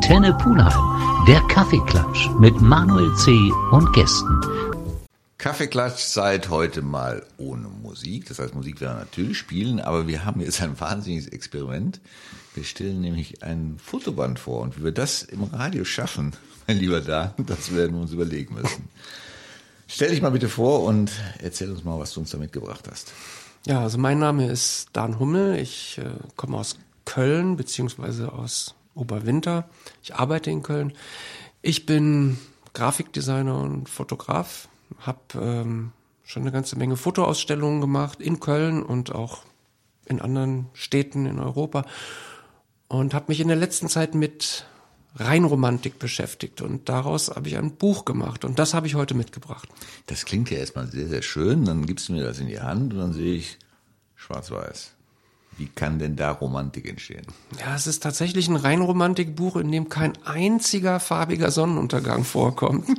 Antenne Pulheim, der Kaffeeklatsch mit Manuel C. und Gästen. Kaffeeklatsch seit heute mal ohne Musik. Das heißt, Musik werden wir natürlich spielen, aber wir haben jetzt ein wahnsinniges Experiment. Wir stellen nämlich ein Fotoband vor und wie wir das im Radio schaffen, mein lieber Dan, das werden wir uns überlegen müssen. Stell dich mal bitte vor und erzähl uns mal, was du uns da mitgebracht hast. Ja, also mein Name ist Dan Hummel. Ich komme aus Köln beziehungsweise aus Oberwinter. Ich arbeite in Köln. Ich bin Grafikdesigner und Fotograf. Habe schon eine ganze Menge Fotoausstellungen gemacht in Köln und auch in anderen Städten in Europa und habe mich in der letzten Zeit mit Rheinromantik beschäftigt und daraus habe ich ein Buch gemacht und das habe ich heute mitgebracht. Das klingt ja erstmal sehr, sehr schön. Dann gibst du mir das in die Hand und dann sehe ich schwarz-weiß. Wie kann denn da Romantik entstehen? Ja, es ist tatsächlich ein Rheinromantikbuch, in dem kein einziger farbiger Sonnenuntergang vorkommt.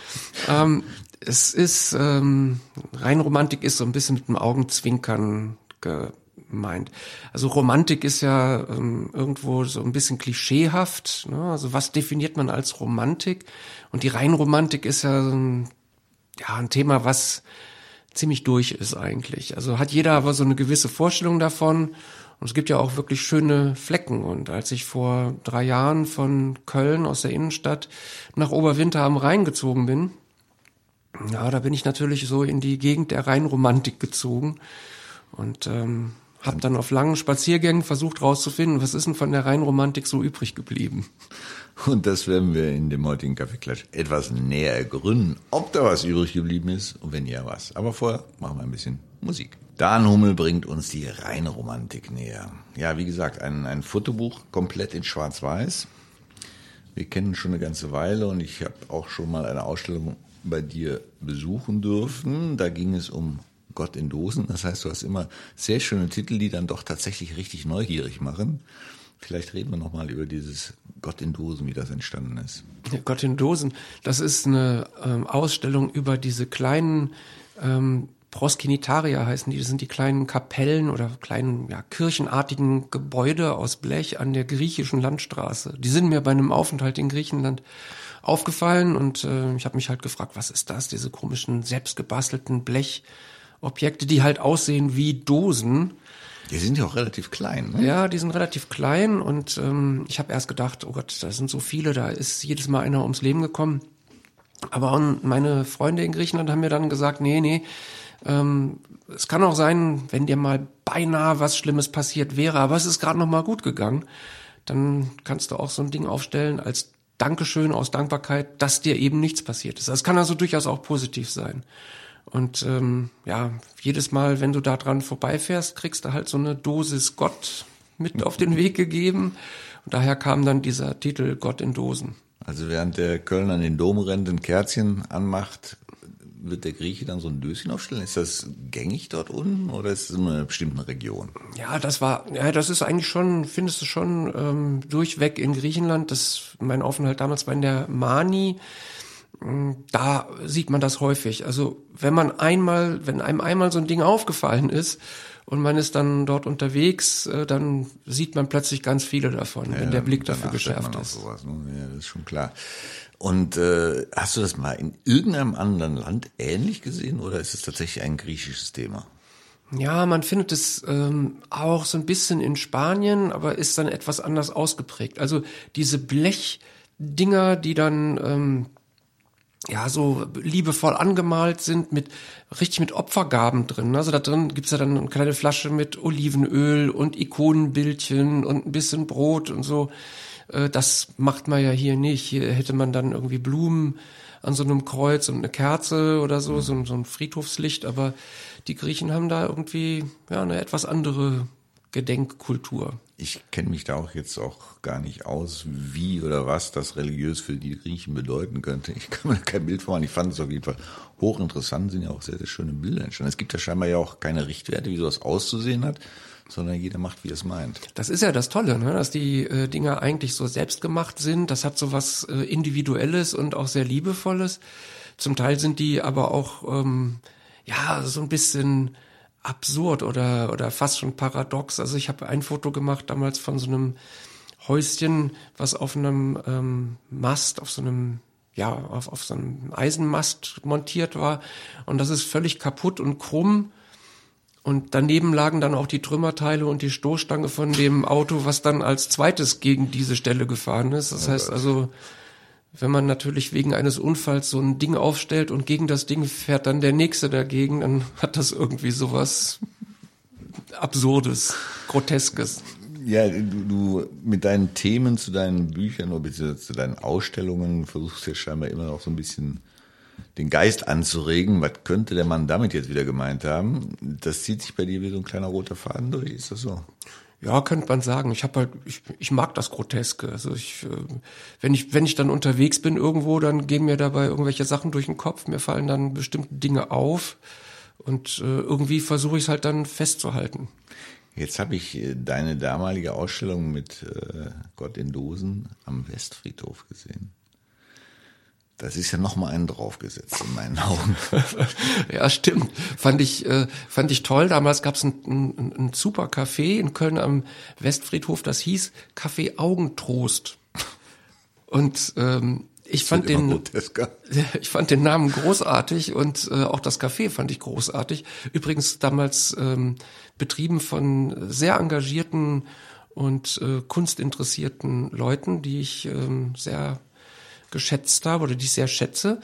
Es ist, Rheinromantik ist so ein bisschen mit dem Augenzwinkern gemeint. Also Romantik ist ja irgendwo so ein bisschen klischeehaft, ne? Also was definiert man als Romantik? Und die Rheinromantik ist ja ein Thema, was ziemlich durch ist eigentlich. Also hat jeder aber so eine gewisse Vorstellung davon. Und es gibt ja auch wirklich schöne Flecken. Und als ich vor 3 Jahren von Köln aus der Innenstadt nach Oberwinter am Rhein gezogen bin, ja, da bin ich natürlich so in die Gegend der Rheinromantik gezogen und habe dann auf langen Spaziergängen versucht rauszufinden, was ist denn von der Rheinromantik so übrig geblieben. Und das werden wir in dem heutigen Kaffeeklatsch etwas näher ergründen, ob da was übrig geblieben ist und wenn ja, was. Aber vorher machen wir ein bisschen Musik. Dan Hummel bringt uns die Rheinromantik näher. Ja, wie gesagt, ein Fotobuch komplett in Schwarz-Weiß. Wir kennen schon eine ganze Weile und ich habe auch schon mal eine Ausstellung bei dir besuchen dürfen. Da ging es um Gott in Dosen. Das heißt, du hast immer sehr schöne Titel, die dann doch tatsächlich richtig neugierig machen. Vielleicht reden wir nochmal über dieses Gott in Dosen, wie das entstanden ist. Ja, Gott in Dosen, das ist eine Ausstellung über diese kleinen Proskenitaria heißen die. Das sind die kleinen Kapellen oder kleinen kirchenartigen Gebäude aus Blech an der griechischen Landstraße. Die sind mir bei einem Aufenthalt in Griechenland aufgefallen und ich habe mich halt gefragt, was ist das? Diese komischen, selbstgebastelten Blechobjekte, die halt aussehen wie Dosen. Die sind ja auch relativ klein, ne? Ja, die sind relativ klein und ich habe erst gedacht, oh Gott, da sind so viele, da ist jedes Mal einer ums Leben gekommen. Aber meine Freunde in Griechenland haben mir dann gesagt, nee, es kann auch sein, wenn dir mal beinahe was Schlimmes passiert wäre, aber es ist gerade noch mal gut gegangen, dann kannst du auch so ein Ding aufstellen als Dankeschön, aus Dankbarkeit, dass dir eben nichts passiert ist. Das kann also durchaus auch positiv sein. Und jedes Mal, wenn du da dran vorbeifährst, kriegst du halt so eine Dosis Gott mit auf den Weg gegeben. Und daher kam dann dieser Titel Gott in Dosen. Also während der Kölner an den Dom rennt, ein Kerzchen anmacht, wird der Grieche dann so ein Döschen aufstellen? Ist das gängig dort unten oder ist es in einer bestimmten Region? Ja, das ist eigentlich schon, findest du schon durchweg in Griechenland. Mein Aufenthalt damals war in der Mani. Da sieht man das häufig. Also wenn einem einmal so ein Ding aufgefallen ist und man ist dann dort unterwegs, dann sieht man plötzlich ganz viele davon, wenn der Blick dafür geschärft ist. Sowas, ne? Ja, das ist schon klar. Und hast du das mal in irgendeinem anderen Land ähnlich gesehen oder ist es tatsächlich ein griechisches Thema? Ja, man findet es auch so ein bisschen in Spanien, aber ist dann etwas anders ausgeprägt. Also diese Blechdinger, die dann so liebevoll angemalt sind, mit Opfergaben drin. Also da drin gibt's ja dann eine kleine Flasche mit Olivenöl und Ikonenbildchen und ein bisschen Brot und so. Das macht man ja hier nicht. Hier hätte man dann irgendwie Blumen an so einem Kreuz und eine Kerze oder so ein Friedhofslicht. Aber die Griechen haben da irgendwie eine etwas andere Gedenkkultur. Ich kenne mich da auch jetzt auch gar nicht aus, wie oder was das religiös für die Griechen bedeuten könnte. Ich kann mir kein Bild vormachen. Ich fand es auf jeden Fall hochinteressant, sind ja auch sehr, sehr schöne Bilder entstanden. Es gibt ja scheinbar ja auch keine Richtwerte, wie sowas auszusehen hat, sondern jeder macht, wie er es meint. Das ist ja das Tolle, ne? Dass die Dinger eigentlich so selbstgemacht sind. Das hat so was Individuelles und auch sehr Liebevolles. Zum Teil sind die aber auch so ein bisschen absurd oder fast schon paradox. Also ich habe ein Foto gemacht damals von so einem Häuschen, was auf einem Mast, auf so einem Eisenmast montiert war. Und das ist völlig kaputt und krumm. Und daneben lagen dann auch die Trümmerteile und die Stoßstange von dem Auto, was dann als zweites gegen diese Stelle gefahren ist. Das heißt also, wenn man natürlich wegen eines Unfalls so ein Ding aufstellt und gegen das Ding fährt dann der Nächste dagegen, dann hat das irgendwie sowas Absurdes, Groteskes. Ja, du mit deinen Themen zu deinen Büchern oder beziehungsweise zu deinen Ausstellungen versuchst ja scheinbar immer noch so ein bisschen den Geist anzuregen. Was könnte der Mann damit jetzt wieder gemeint haben? Das zieht sich bei dir wie so ein kleiner roter Faden durch, ist das so? Ja, könnte man sagen. Ich mag das Groteske. Also wenn ich dann unterwegs bin irgendwo, dann gehen mir dabei irgendwelche Sachen durch den Kopf. Mir fallen dann bestimmte Dinge auf und irgendwie versuche ich es halt dann festzuhalten. Jetzt habe ich deine damalige Ausstellung mit Gott in Dosen am Westfriedhof gesehen. Das ist ja noch mal einen draufgesetzt in meinen Augen. Ja, stimmt. Fand ich toll. Damals gab es ein super Café in Köln am Westfriedhof, das hieß Café Augentrost. Und ich fand den Namen großartig und auch das Café fand ich großartig. Übrigens damals betrieben von sehr engagierten und kunstinteressierten Leuten, die ich sehr geschätzt habe oder die ich sehr schätze.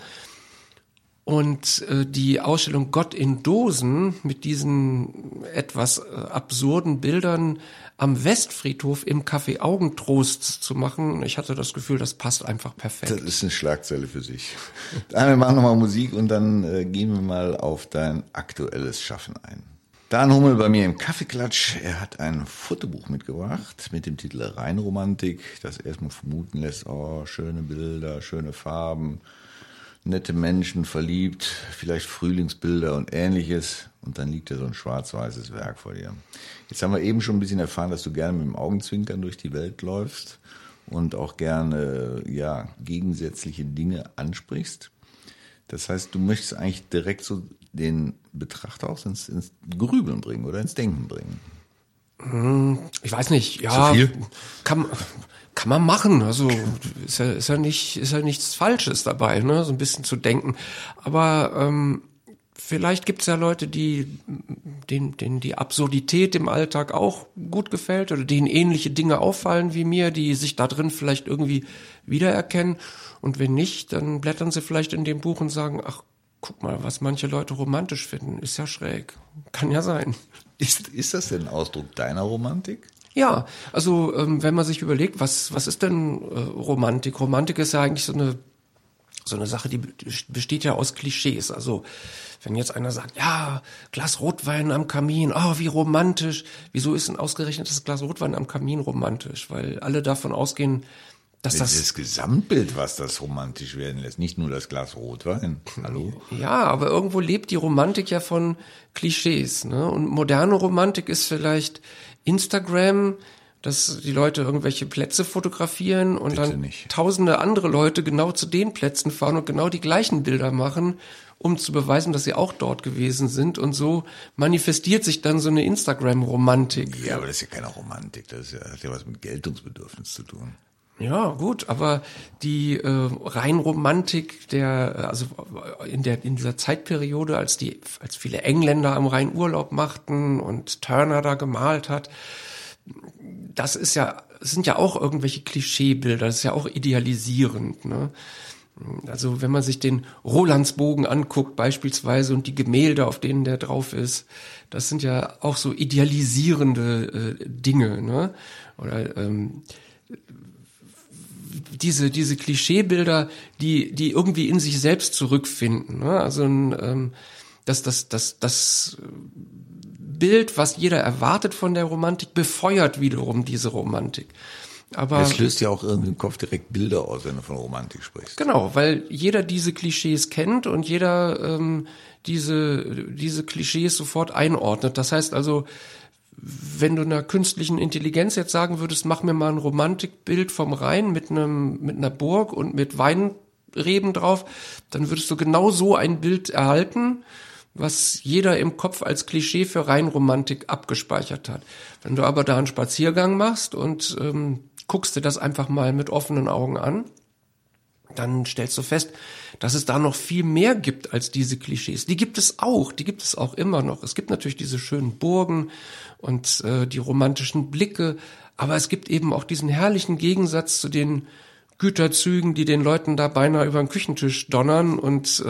Und die Ausstellung Gott in Dosen mit diesen etwas absurden Bildern am Westfriedhof im Café Augentrost zu machen, ich hatte das Gefühl, das passt einfach perfekt. Das ist eine Schlagzeile für sich. Wir machen nochmal Musik und dann gehen wir mal auf dein aktuelles Schaffen ein. Dan Hummel bei mir im Kaffeeklatsch. Er hat ein Fotobuch mitgebracht mit dem Titel Rheinromantik, das erstmal vermuten lässt, oh, schöne Bilder, schöne Farben, nette Menschen, verliebt, vielleicht Frühlingsbilder und Ähnliches. Und dann liegt da so ein schwarz-weißes Werk vor dir. Jetzt haben wir eben schon ein bisschen erfahren, dass du gerne mit dem Augenzwinkern durch die Welt läufst und auch gerne gegensätzliche Dinge ansprichst. Das heißt, du möchtest eigentlich direkt so den Betrachter auch ins Grübeln bringen oder ins Denken bringen. Ich weiß nicht, ja, zu viel? Kann man machen. Also ist ja nichts Falsches dabei, ne, so ein bisschen zu denken. Aber vielleicht gibt's ja Leute, denen die Absurdität im Alltag auch gut gefällt oder denen ähnliche Dinge auffallen wie mir, die sich da drin vielleicht irgendwie wiedererkennen. Und wenn nicht, dann blättern sie vielleicht in dem Buch und sagen, ach, guck mal, was manche Leute romantisch finden. Ist ja schräg. Kann ja sein. Ist das denn ein Ausdruck deiner Romantik? Ja, also wenn man sich überlegt, was ist denn Romantik? Romantik ist ja eigentlich so eine Sache, die besteht ja aus Klischees. Also wenn jetzt einer sagt, ja, Glas Rotwein am Kamin, oh, wie romantisch. Wieso ist denn ausgerechnet das Glas Rotwein am Kamin romantisch? Weil alle davon ausgehen, dass das Gesamtbild, was das romantisch werden lässt, nicht nur das Glas Rotwein. Hallo? Ja, aber irgendwo lebt die Romantik ja von Klischees, ne? Und moderne Romantik ist vielleicht Instagram, dass die Leute irgendwelche Plätze fotografieren und Bitte dann nicht. tausende andere Leute genau zu den Plätzen fahren und genau die gleichen Bilder machen, um zu beweisen, dass sie auch dort gewesen sind. Und so manifestiert sich dann so eine Instagram-Romantik. Ja, aber das ist ja keine Romantik, hat ja was mit Geltungsbedürfnis zu tun. Ja, gut, aber die Rheinromantik in dieser Zeitperiode, als viele Engländer am Rhein Urlaub machten und Turner da gemalt hat, das sind ja auch irgendwelche Klischeebilder, das ist ja auch idealisierend, ne? Also wenn man sich den Rolandsbogen anguckt beispielsweise und die Gemälde, auf denen der drauf ist, das sind ja auch so idealisierende Dinge, ne? Oder diese Klischeebilder, die irgendwie in sich selbst zurückfinden, ne? Also das Bild, was jeder erwartet von der Romantik, befeuert wiederum diese Romantik. Aber es löst ja auch irgendwie im Kopf direkt Bilder aus, wenn du von Romantik sprichst. Genau, weil jeder diese Klischees kennt und jeder diese Klischees sofort einordnet. Das heißt also, wenn du einer künstlichen Intelligenz jetzt sagen würdest, mach mir mal ein Romantikbild vom Rhein mit einer Burg und mit Weinreben drauf, dann würdest du genau so ein Bild erhalten, was jeder im Kopf als Klischee für Rheinromantik abgespeichert hat. Wenn du aber da einen Spaziergang machst und guckst dir das einfach mal mit offenen Augen an, dann stellst du fest, dass es da noch viel mehr gibt als diese Klischees. Die gibt es auch immer noch. Es gibt natürlich diese schönen Burgen und die romantischen Blicke, aber es gibt eben auch diesen herrlichen Gegensatz zu den Güterzügen, die den Leuten da beinahe über den Küchentisch donnern und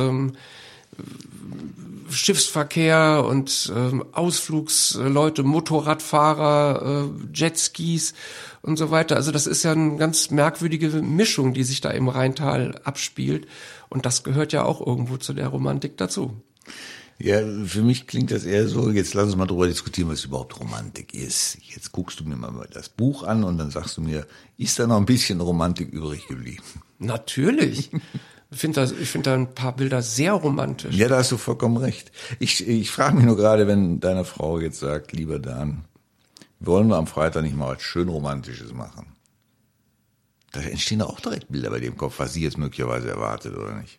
Schiffsverkehr und Ausflugsleute, Motorradfahrer, Jetskis und so weiter. Also das ist ja eine ganz merkwürdige Mischung, die sich da im Rheintal abspielt. Und das gehört ja auch irgendwo zu der Romantik dazu. Ja, für mich klingt das eher so, jetzt lass uns mal darüber diskutieren, was überhaupt Romantik ist. Jetzt guckst du mir mal das Buch an und dann sagst du mir, ist da noch ein bisschen Romantik übrig geblieben? Natürlich. Ich finde da ein paar Bilder sehr romantisch. Ja, da hast du vollkommen recht. Ich frage mich nur gerade, wenn deine Frau jetzt sagt, lieber Dan, wollen wir am Freitag nicht mal was schön Romantisches machen? Da entstehen doch auch direkt Bilder bei dir im Kopf, was sie jetzt möglicherweise erwartet, oder nicht?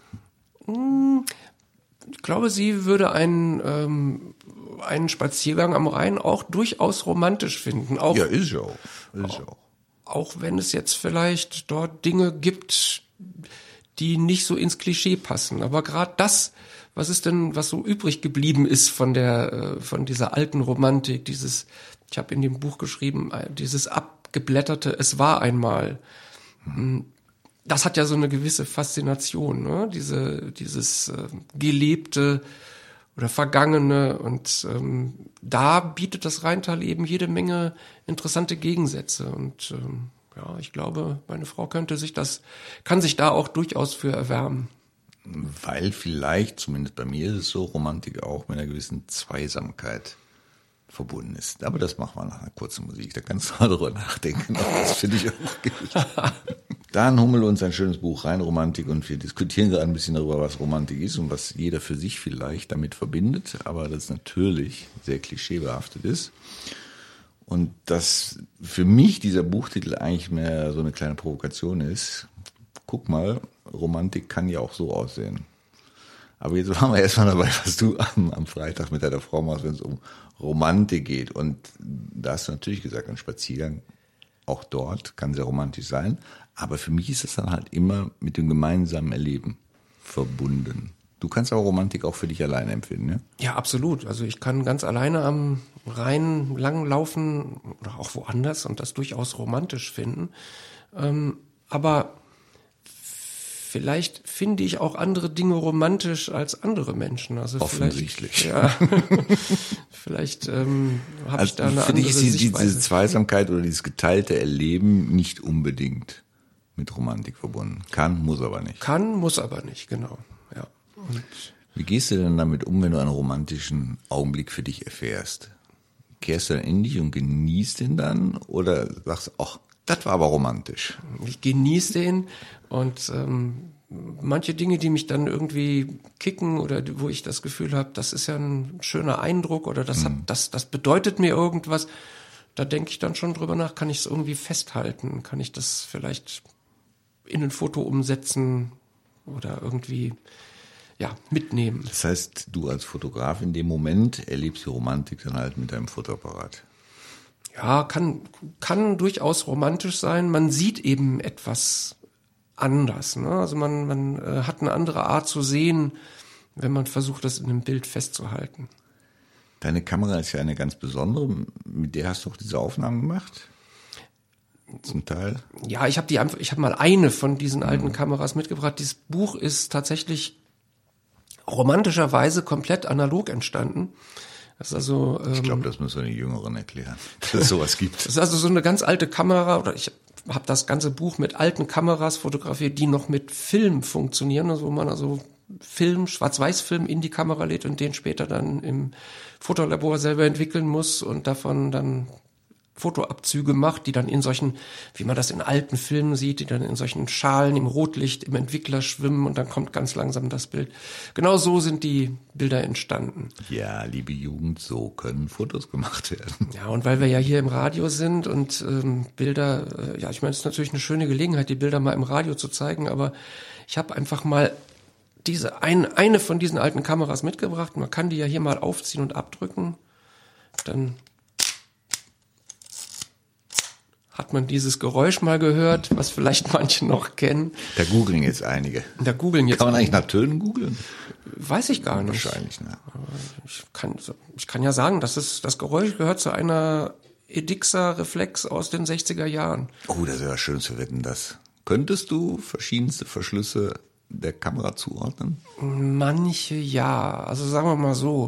Ich glaube, sie würde einen Spaziergang am Rhein auch durchaus romantisch finden. Auch, ja, ist ja auch. Ist auch. Auch wenn es jetzt vielleicht dort Dinge gibt, die nicht so ins Klischee passen. Aber gerade das, was so übrig geblieben ist von dieser alten Romantik, ich habe in dem Buch geschrieben, dieses abgeblätterte, es war einmal. Das hat ja so eine gewisse Faszination, ne? Dieses gelebte oder vergangene, und da bietet das Rheintal eben jede Menge interessante Gegensätze, und ja, ich glaube, meine Frau kann sich da auch durchaus für erwärmen. Weil vielleicht, zumindest bei mir ist es so, Romantik auch mit einer gewissen Zweisamkeit verbunden ist. Aber das machen wir nach einer kurzen Musik. Da kannst du mal drüber nachdenken. Aber das finde ich auch gut. Dan Hummel und sein schönes Buch Rheinromantik, und wir diskutieren gerade ein bisschen darüber, was Romantik ist und was jeder für sich vielleicht damit verbindet, aber das natürlich sehr klischeebehaftet ist. Und dass für mich dieser Buchtitel eigentlich mehr so eine kleine Provokation ist. Guck mal, Romantik kann ja auch so aussehen. Aber jetzt waren wir erstmal dabei, was du am Freitag mit deiner Frau machst, wenn es um Romantik geht. Und da hast du natürlich gesagt, ein Spaziergang auch dort kann sehr romantisch sein. Aber für mich ist es dann halt immer mit dem gemeinsamen Erleben verbunden. Du kannst aber Romantik auch für dich alleine empfinden, ja? Ja, absolut. Also ich kann ganz alleine am Rhein langlaufen oder auch woanders und das durchaus romantisch finden. Aber vielleicht finde ich auch andere Dinge romantisch als andere Menschen. Also offensichtlich. Vielleicht habe ich da eine für andere dich ist Sichtweise. diese Zweisamkeit oder dieses geteilte Erleben nicht unbedingt mit Romantik verbunden. Kann, muss aber nicht. Kann, muss aber nicht, genau. Ja. Und wie gehst du denn damit um, wenn du einen romantischen Augenblick für dich erfährst? Kehrst du dann in dich und genießt den dann? Oder sagst du, ach, das war aber romantisch? Ich genieße den, und manche Dinge, die mich dann irgendwie kicken oder wo ich das Gefühl habe, das ist ja ein schöner Eindruck oder das bedeutet mir irgendwas, da denke ich dann schon drüber nach, kann ich es irgendwie festhalten? Kann ich das vielleicht in ein Foto umsetzen oder irgendwie mitnehmen? Das heißt, du als Fotograf in dem Moment erlebst die Romantik dann halt mit deinem Fotoapparat. Ja, kann durchaus romantisch sein. Man sieht eben etwas anders, ne? Also man hat eine andere Art zu sehen, wenn man versucht, das in einem Bild festzuhalten. Deine Kamera ist ja eine ganz besondere. Mit der hast du auch diese Aufnahmen gemacht? Zum Teil? Ja, ich habe mal eine von diesen alten Kameras mitgebracht. Dieses Buch ist tatsächlich romantischerweise komplett analog entstanden. Das ist also, ich glaube, das müssen wir den Jüngeren erklären, dass es sowas gibt. Das ist also so eine ganz alte Kamera, oder ich habe das ganze Buch mit alten Kameras fotografiert, die noch mit Film funktionieren, also wo man also Film, Schwarz-Weiß-Film in die Kamera lädt und den später dann im Fotolabor selber entwickeln muss und davon dann Fotoabzüge macht, die dann in solchen, wie man das in alten Filmen sieht, die dann in solchen Schalen im Rotlicht im Entwickler schwimmen und dann kommt ganz langsam das Bild. Genau so sind die Bilder entstanden. Ja, liebe Jugend, so können Fotos gemacht werden. Ja, und weil wir ja hier im Radio sind und Bilder, ich meine, es ist natürlich eine schöne Gelegenheit, die Bilder mal im Radio zu zeigen, aber ich habe einfach mal eine von diesen alten Kameras mitgebracht. Man kann die ja hier mal aufziehen und abdrücken. Dann hat man dieses Geräusch mal gehört, was vielleicht manche noch kennen. Da googeln jetzt einige. Da googeln jetzt. Kann man eigentlich nach Tönen googeln? Weiß ich gar nicht. Wahrscheinlich, ne? Ich kann ja sagen, das Geräusch gehört zu einer Edixa-Reflex aus den 60er Jahren. Oh, das wäre schön zu wetten, das. Könntest du verschiedenste Verschlüsse der Kamera zuordnen? Manche ja. Also sagen wir mal so,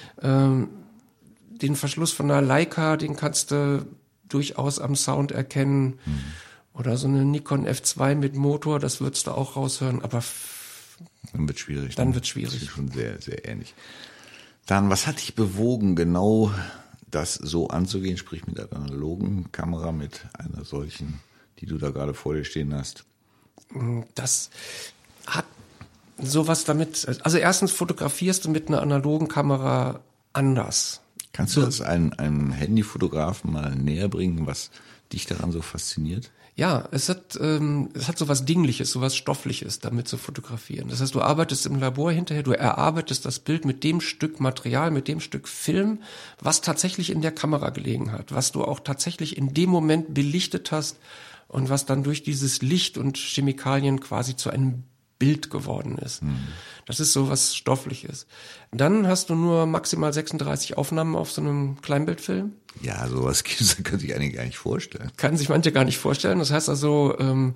den Verschluss von einer Leica, den kannst du durchaus am Sound erkennen. Oder so eine Nikon F2 mit Motor, das würdest du auch raushören. Aber dann wird schwierig. Dann wird schwierig. Das ist schon sehr, sehr ähnlich. Dann, was hat dich bewogen, genau das so anzugehen, sprich mit einer analogen Kamera, mit einer solchen, die du da gerade vor dir stehen hast? Das hat sowas damit, also erstens fotografierst du mit einer analogen Kamera anders. Kannst du das einem Handyfotografen mal näher bringen, was dich daran so fasziniert? Ja, es hat so was Dingliches, so was Stoffliches, damit zu fotografieren. Das heißt, du arbeitest im Labor hinterher, du erarbeitest das Bild mit dem Stück Material, mit dem Stück Film, was tatsächlich in der Kamera gelegen hat, was du auch tatsächlich in dem Moment belichtet hast und was dann durch dieses Licht und Chemikalien quasi zu einem Bild geworden ist. Das ist so was Stoffliches. Dann hast du nur maximal 36 Aufnahmen auf so einem Kleinbildfilm. Ja, sowas gibt's, das können sich einige gar nicht vorstellen. Kann sich manche gar nicht vorstellen. Das heißt also,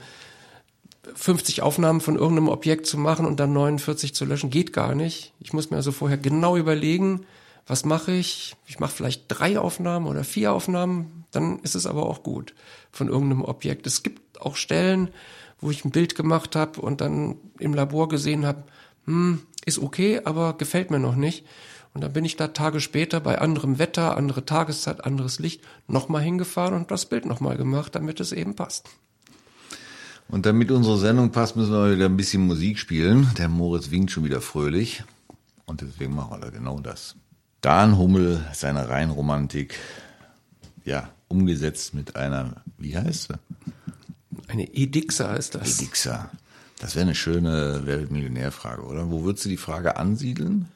50 Aufnahmen von irgendeinem Objekt zu machen und dann 49 zu löschen, geht gar nicht. Ich muss mir also vorher genau überlegen, was mache ich? Ich mache vielleicht 3 Aufnahmen oder 4 Aufnahmen, dann ist es aber auch gut von irgendeinem Objekt. Es gibt auch Stellen, wo ich ein Bild gemacht habe und dann im Labor gesehen habe, ist okay, aber gefällt mir noch nicht. Und dann bin ich da Tage später bei anderem Wetter, andere Tageszeit, anderes Licht nochmal hingefahren und das Bild nochmal gemacht, damit es eben passt. Und damit unsere Sendung passt, müssen wir wieder ein bisschen Musik spielen. Der Moritz winkt schon wieder fröhlich und deswegen machen wir da genau das. Dan Hummel, seine Rheinromantik, ja, umgesetzt mit einer, wie heißt sie? Eine Edixa ist das. Edixa. Das wäre eine schöne Wer wird Millionär-Frage, oder? Wo würdest du die Frage ansiedeln?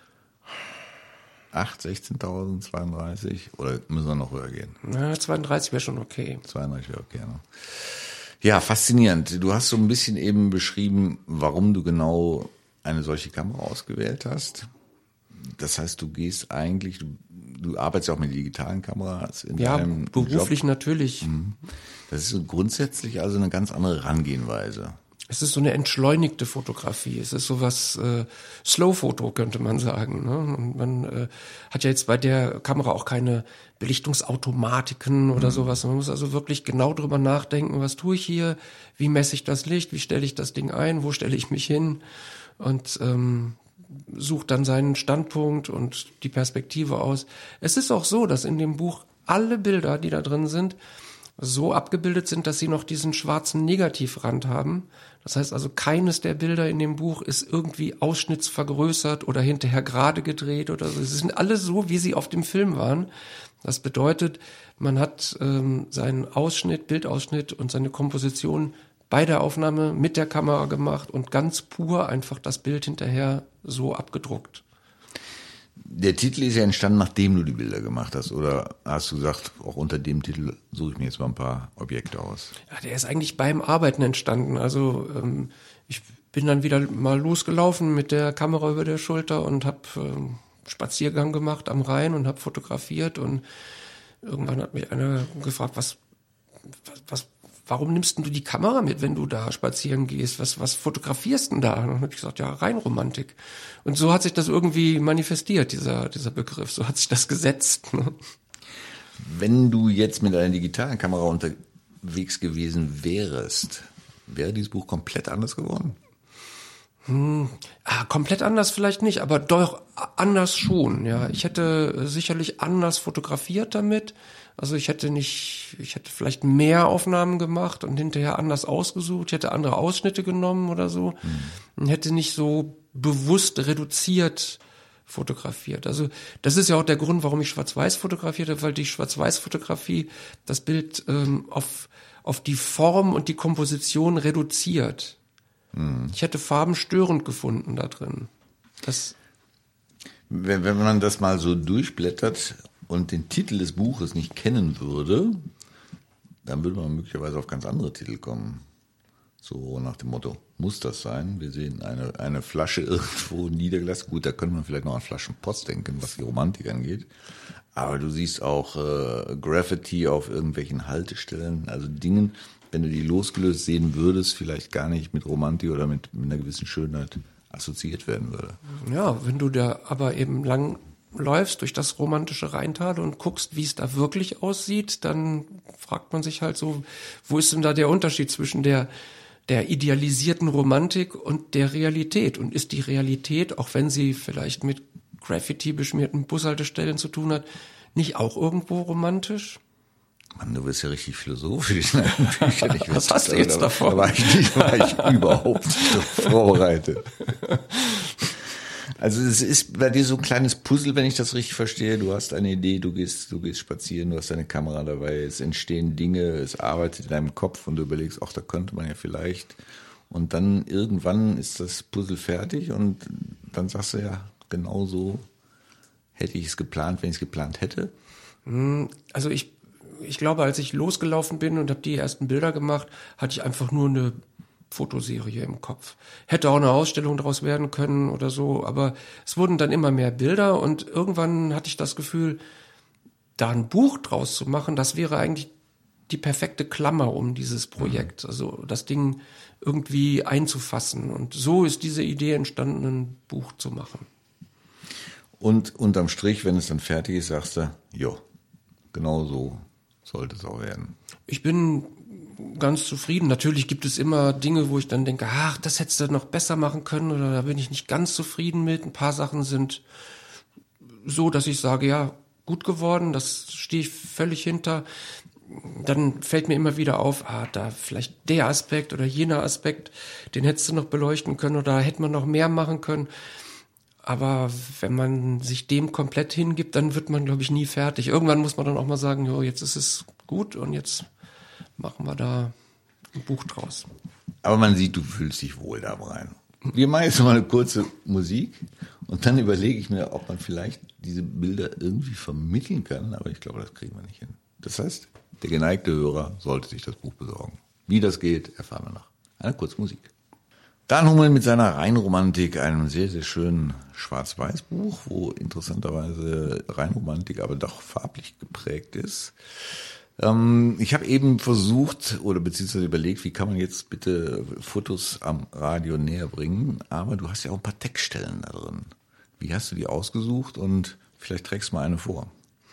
8, 16.000, 32? Oder müssen wir noch höher gehen? Na, 32 wäre schon okay. 32 wäre okay, ne? Ja, faszinierend. Du hast so ein bisschen eben beschrieben, warum du genau eine solche Kamera ausgewählt hast. Das heißt, du gehst eigentlich, du arbeitest ja auch mit digitalen Kameras in deinem beruflich Job. Natürlich. Das ist so grundsätzlich also eine ganz andere Herangehensweise. Es ist so eine entschleunigte Fotografie. Es ist sowas Slow-Foto, könnte man sagen. Ne? Und man hat ja jetzt bei der Kamera auch keine Belichtungsautomatiken oder sowas. Man muss also wirklich genau drüber nachdenken, was tue ich hier, wie messe ich das Licht, wie stelle ich das Ding ein, wo stelle ich mich hin und sucht dann seinen Standpunkt und die Perspektive aus. Es ist auch so, dass in dem Buch alle Bilder, die da drin sind, so abgebildet sind, dass sie noch diesen schwarzen Negativrand haben. Das heißt also, keines der Bilder in dem Buch ist irgendwie ausschnittsvergrößert oder hinterher gerade gedreht oder so. Sie sind alle so, wie sie auf dem Film waren. Das bedeutet, man hat seinen Ausschnitt, Bildausschnitt und seine Komposition bei der Aufnahme mit der Kamera gemacht und ganz pur einfach das Bild hinterher so abgedruckt. Der Titel ist ja entstanden, nachdem du die Bilder gemacht hast, oder hast du gesagt, auch unter dem Titel suche ich mir jetzt mal ein paar Objekte aus? Ja, der ist eigentlich beim Arbeiten entstanden. Also ich bin dann wieder mal losgelaufen mit der Kamera über der Schulter und habe Spaziergang gemacht am Rhein und habe fotografiert und irgendwann hat mich einer gefragt, warum nimmst denn du die Kamera mit, wenn du da spazieren gehst? Was fotografierst denn da? Und dann habe ich gesagt, ja, Rheinromantik. Und so hat sich das irgendwie manifestiert, dieser Begriff. So hat sich das gesetzt. Ne? Wenn du jetzt mit einer digitalen Kamera unterwegs gewesen wärst, wäre dieses Buch komplett anders geworden? Komplett anders vielleicht nicht, aber doch anders schon. Ja, ich hätte sicherlich anders fotografiert damit. Also ich hätte vielleicht mehr Aufnahmen gemacht und hinterher anders ausgesucht, ich hätte andere Ausschnitte genommen oder so und hätte nicht so bewusst reduziert fotografiert. Also das ist ja auch der Grund, warum ich Schwarz-Weiß fotografiert habe, weil die Schwarz-Weiß-Fotografie das Bild auf die Form und die Komposition reduziert. Ich hätte Farben störend gefunden da drin. Wenn man das mal so durchblättert und den Titel des Buches nicht kennen würde, dann würde man möglicherweise auf ganz andere Titel kommen. So nach dem Motto, muss das sein? Wir sehen eine Flasche irgendwo niedergelassen. Gut, da könnte man vielleicht noch an Flaschenpost denken, was die Romantik angeht. Aber du siehst auch Graffiti auf irgendwelchen Haltestellen, also Dingen, wenn du die losgelöst sehen würdest, vielleicht gar nicht mit Romantik oder mit einer gewissen Schönheit assoziiert werden würde. Ja, wenn du da aber eben lang läufst durch das romantische Rheintal und guckst, wie es da wirklich aussieht, dann fragt man sich halt so, wo ist denn da der Unterschied zwischen der idealisierten Romantik und der Realität? Und ist die Realität, auch wenn sie vielleicht mit Graffiti beschmierten Bushaltestellen zu tun hat, nicht auch irgendwo romantisch? Mann, du bist ja richtig philosophisch in deinen Büchern. Was hast du jetzt davon? Da war ich überhaupt nicht vorbereitet. Also es ist bei dir so ein kleines Puzzle, wenn ich das richtig verstehe. Du hast eine Idee, du gehst spazieren, du hast deine Kamera dabei, es entstehen Dinge, es arbeitet in deinem Kopf und du überlegst, ach, da könnte man ja vielleicht. Und dann irgendwann ist das Puzzle fertig und dann sagst du ja, genau so hätte ich es geplant, wenn ich es geplant hätte. Also ich glaube, als ich losgelaufen bin und habe die ersten Bilder gemacht, hatte ich einfach nur eine Fotoserie im Kopf. Hätte auch eine Ausstellung daraus werden können oder so, aber es wurden dann immer mehr Bilder und irgendwann hatte ich das Gefühl, da ein Buch draus zu machen, das wäre eigentlich die perfekte Klammer um dieses Projekt, also das Ding irgendwie einzufassen. Und so ist diese Idee entstanden, ein Buch zu machen. Und unterm Strich, wenn es dann fertig ist, sagst du, jo, genau so sollte es auch werden. Ich bin ganz zufrieden. Natürlich gibt es immer Dinge, wo ich dann denke, ach, das hättest du noch besser machen können oder da bin ich nicht ganz zufrieden mit. Ein paar Sachen sind so, dass ich sage, ja, gut geworden, das stehe ich völlig hinter. Dann fällt mir immer wieder auf, da vielleicht der Aspekt oder jener Aspekt, den hättest du noch beleuchten können oder hätte man noch mehr machen können. Aber wenn man sich dem komplett hingibt, dann wird man, glaube ich, nie fertig. Irgendwann muss man dann auch mal sagen, jo, jetzt ist es gut und jetzt machen wir da ein Buch draus. Aber man sieht, du fühlst dich wohl da rein. Wir machen jetzt mal eine kurze Musik und dann überlege ich mir, ob man vielleicht diese Bilder irgendwie vermitteln kann, aber ich glaube, das kriegen wir nicht hin. Das heißt, der geneigte Hörer sollte sich das Buch besorgen. Wie das geht, erfahren wir nach einer kurzen Musik. Dan Hummel mit seiner Rheinromantik, einem sehr, sehr schönen Schwarz-Weiß-Buch, wo interessanterweise Rheinromantik aber doch farblich geprägt ist. Ich habe eben versucht oder beziehungsweise überlegt, wie kann man jetzt bitte Fotos am Radio näher bringen, aber du hast ja auch ein paar Textstellen da drin. Wie hast du die ausgesucht und vielleicht trägst du mal eine vor?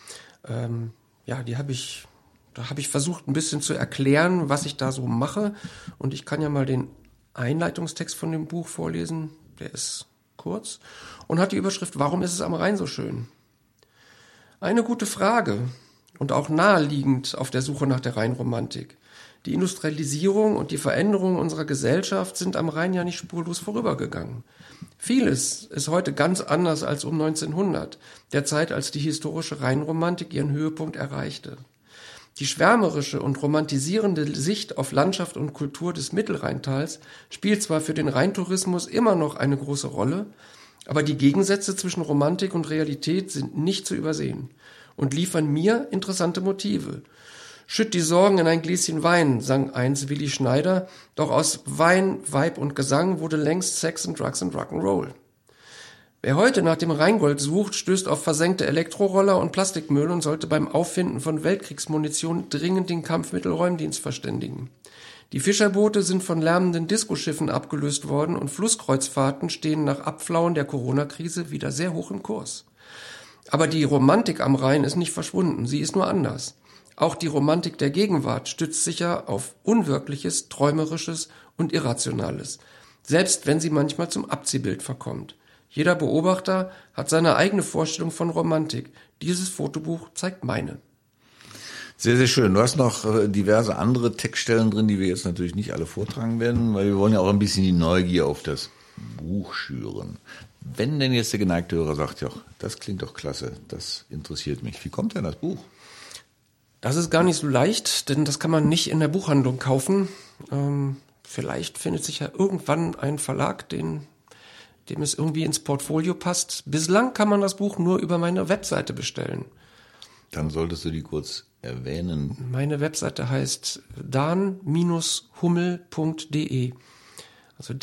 Ja, da habe ich versucht ein bisschen zu erklären, was ich da so mache und ich kann ja mal den Einleitungstext von dem Buch vorlesen, der ist kurz und hat die Überschrift "Warum ist es am Rhein so schön?" Eine gute Frage und auch naheliegend auf der Suche nach der Rheinromantik. Die Industrialisierung und die Veränderung unserer Gesellschaft sind am Rhein ja nicht spurlos vorübergegangen. Vieles ist heute ganz anders als um 1900, der Zeit, als die historische Rheinromantik ihren Höhepunkt erreichte. Die schwärmerische und romantisierende Sicht auf Landschaft und Kultur des Mittelrheintals spielt zwar für den Rheintourismus immer noch eine große Rolle, aber die Gegensätze zwischen Romantik und Realität sind nicht zu übersehen und liefern mir interessante Motive. Schütt die Sorgen in ein Gläschen Wein, sang einst Willi Schneider, doch aus Wein, Weib und Gesang wurde längst Sex and Drugs and Rock'n'Roll. Wer heute nach dem Rheingold sucht, stößt auf versenkte Elektroroller und Plastikmüll und sollte beim Auffinden von Weltkriegsmunition dringend den Kampfmittelräumdienst verständigen. Die Fischerboote sind von lärmenden Diskoschiffen abgelöst worden und Flusskreuzfahrten stehen nach Abflauen der Corona-Krise wieder sehr hoch im Kurs. Aber die Romantik am Rhein ist nicht verschwunden, sie ist nur anders. Auch die Romantik der Gegenwart stützt sicher auf Unwirkliches, Träumerisches und Irrationales, selbst wenn sie manchmal zum Abziehbild verkommt. Jeder Beobachter hat seine eigene Vorstellung von Romantik. Dieses Fotobuch zeigt meine. Sehr, sehr schön. Du hast noch diverse andere Textstellen drin, die wir jetzt natürlich nicht alle vortragen werden, weil wir wollen ja auch ein bisschen die Neugier auf das Buch schüren. Wenn denn jetzt der geneigte Hörer sagt, ja, das klingt doch klasse, das interessiert mich. Wie kommt denn das Buch? Das ist gar nicht so leicht, denn das kann man nicht in der Buchhandlung kaufen. Vielleicht findet sich ja irgendwann ein Verlag, dem es irgendwie ins Portfolio passt. Bislang kann man das Buch nur über meine Webseite bestellen. Dann solltest du die kurz erwähnen. Meine Webseite heißt dan-hummel.de. Also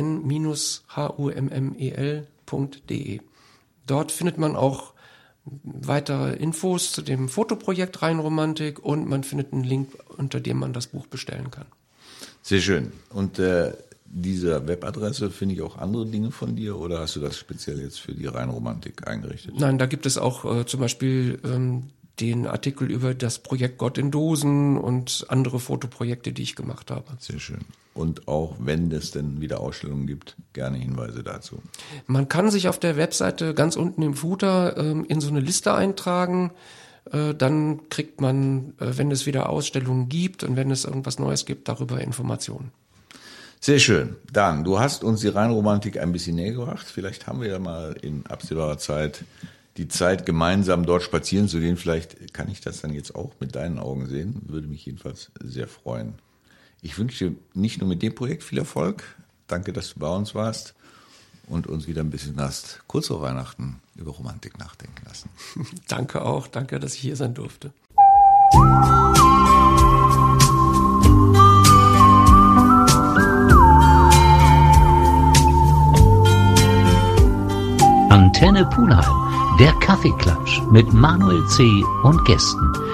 dan-hummel.de. Dort findet man auch weitere Infos zu dem Fotoprojekt Rheinromantik und man findet einen Link, unter dem man das Buch bestellen kann. Sehr schön. Und dieser Webadresse finde ich auch andere Dinge von dir oder hast du das speziell jetzt für die Rheinromantik eingerichtet? Nein, da gibt es auch zum Beispiel den Artikel über das Projekt Gott in Dosen und andere Fotoprojekte, die ich gemacht habe. Sehr schön. Und auch wenn es denn wieder Ausstellungen gibt, gerne Hinweise dazu. Man kann sich auf der Webseite ganz unten im Footer in so eine Liste eintragen. Dann kriegt man, wenn es wieder Ausstellungen gibt und wenn es irgendwas Neues gibt, darüber Informationen. Sehr schön. Dan, du hast uns die Rheinromantik ein bisschen näher gebracht. Vielleicht haben wir ja mal in absehbarer Zeit die Zeit, gemeinsam dort spazieren zu gehen. Vielleicht kann ich das dann jetzt auch mit deinen Augen sehen. Würde mich jedenfalls sehr freuen. Ich wünsche dir nicht nur mit dem Projekt viel Erfolg. Danke, dass du bei uns warst und uns wieder ein bisschen hast kurz vor Weihnachten über Romantik nachdenken lassen. Danke auch. Danke, dass ich hier sein durfte. Antenne Pulheim, der Kaffeeklatsch mit Manuel C. und Gästen.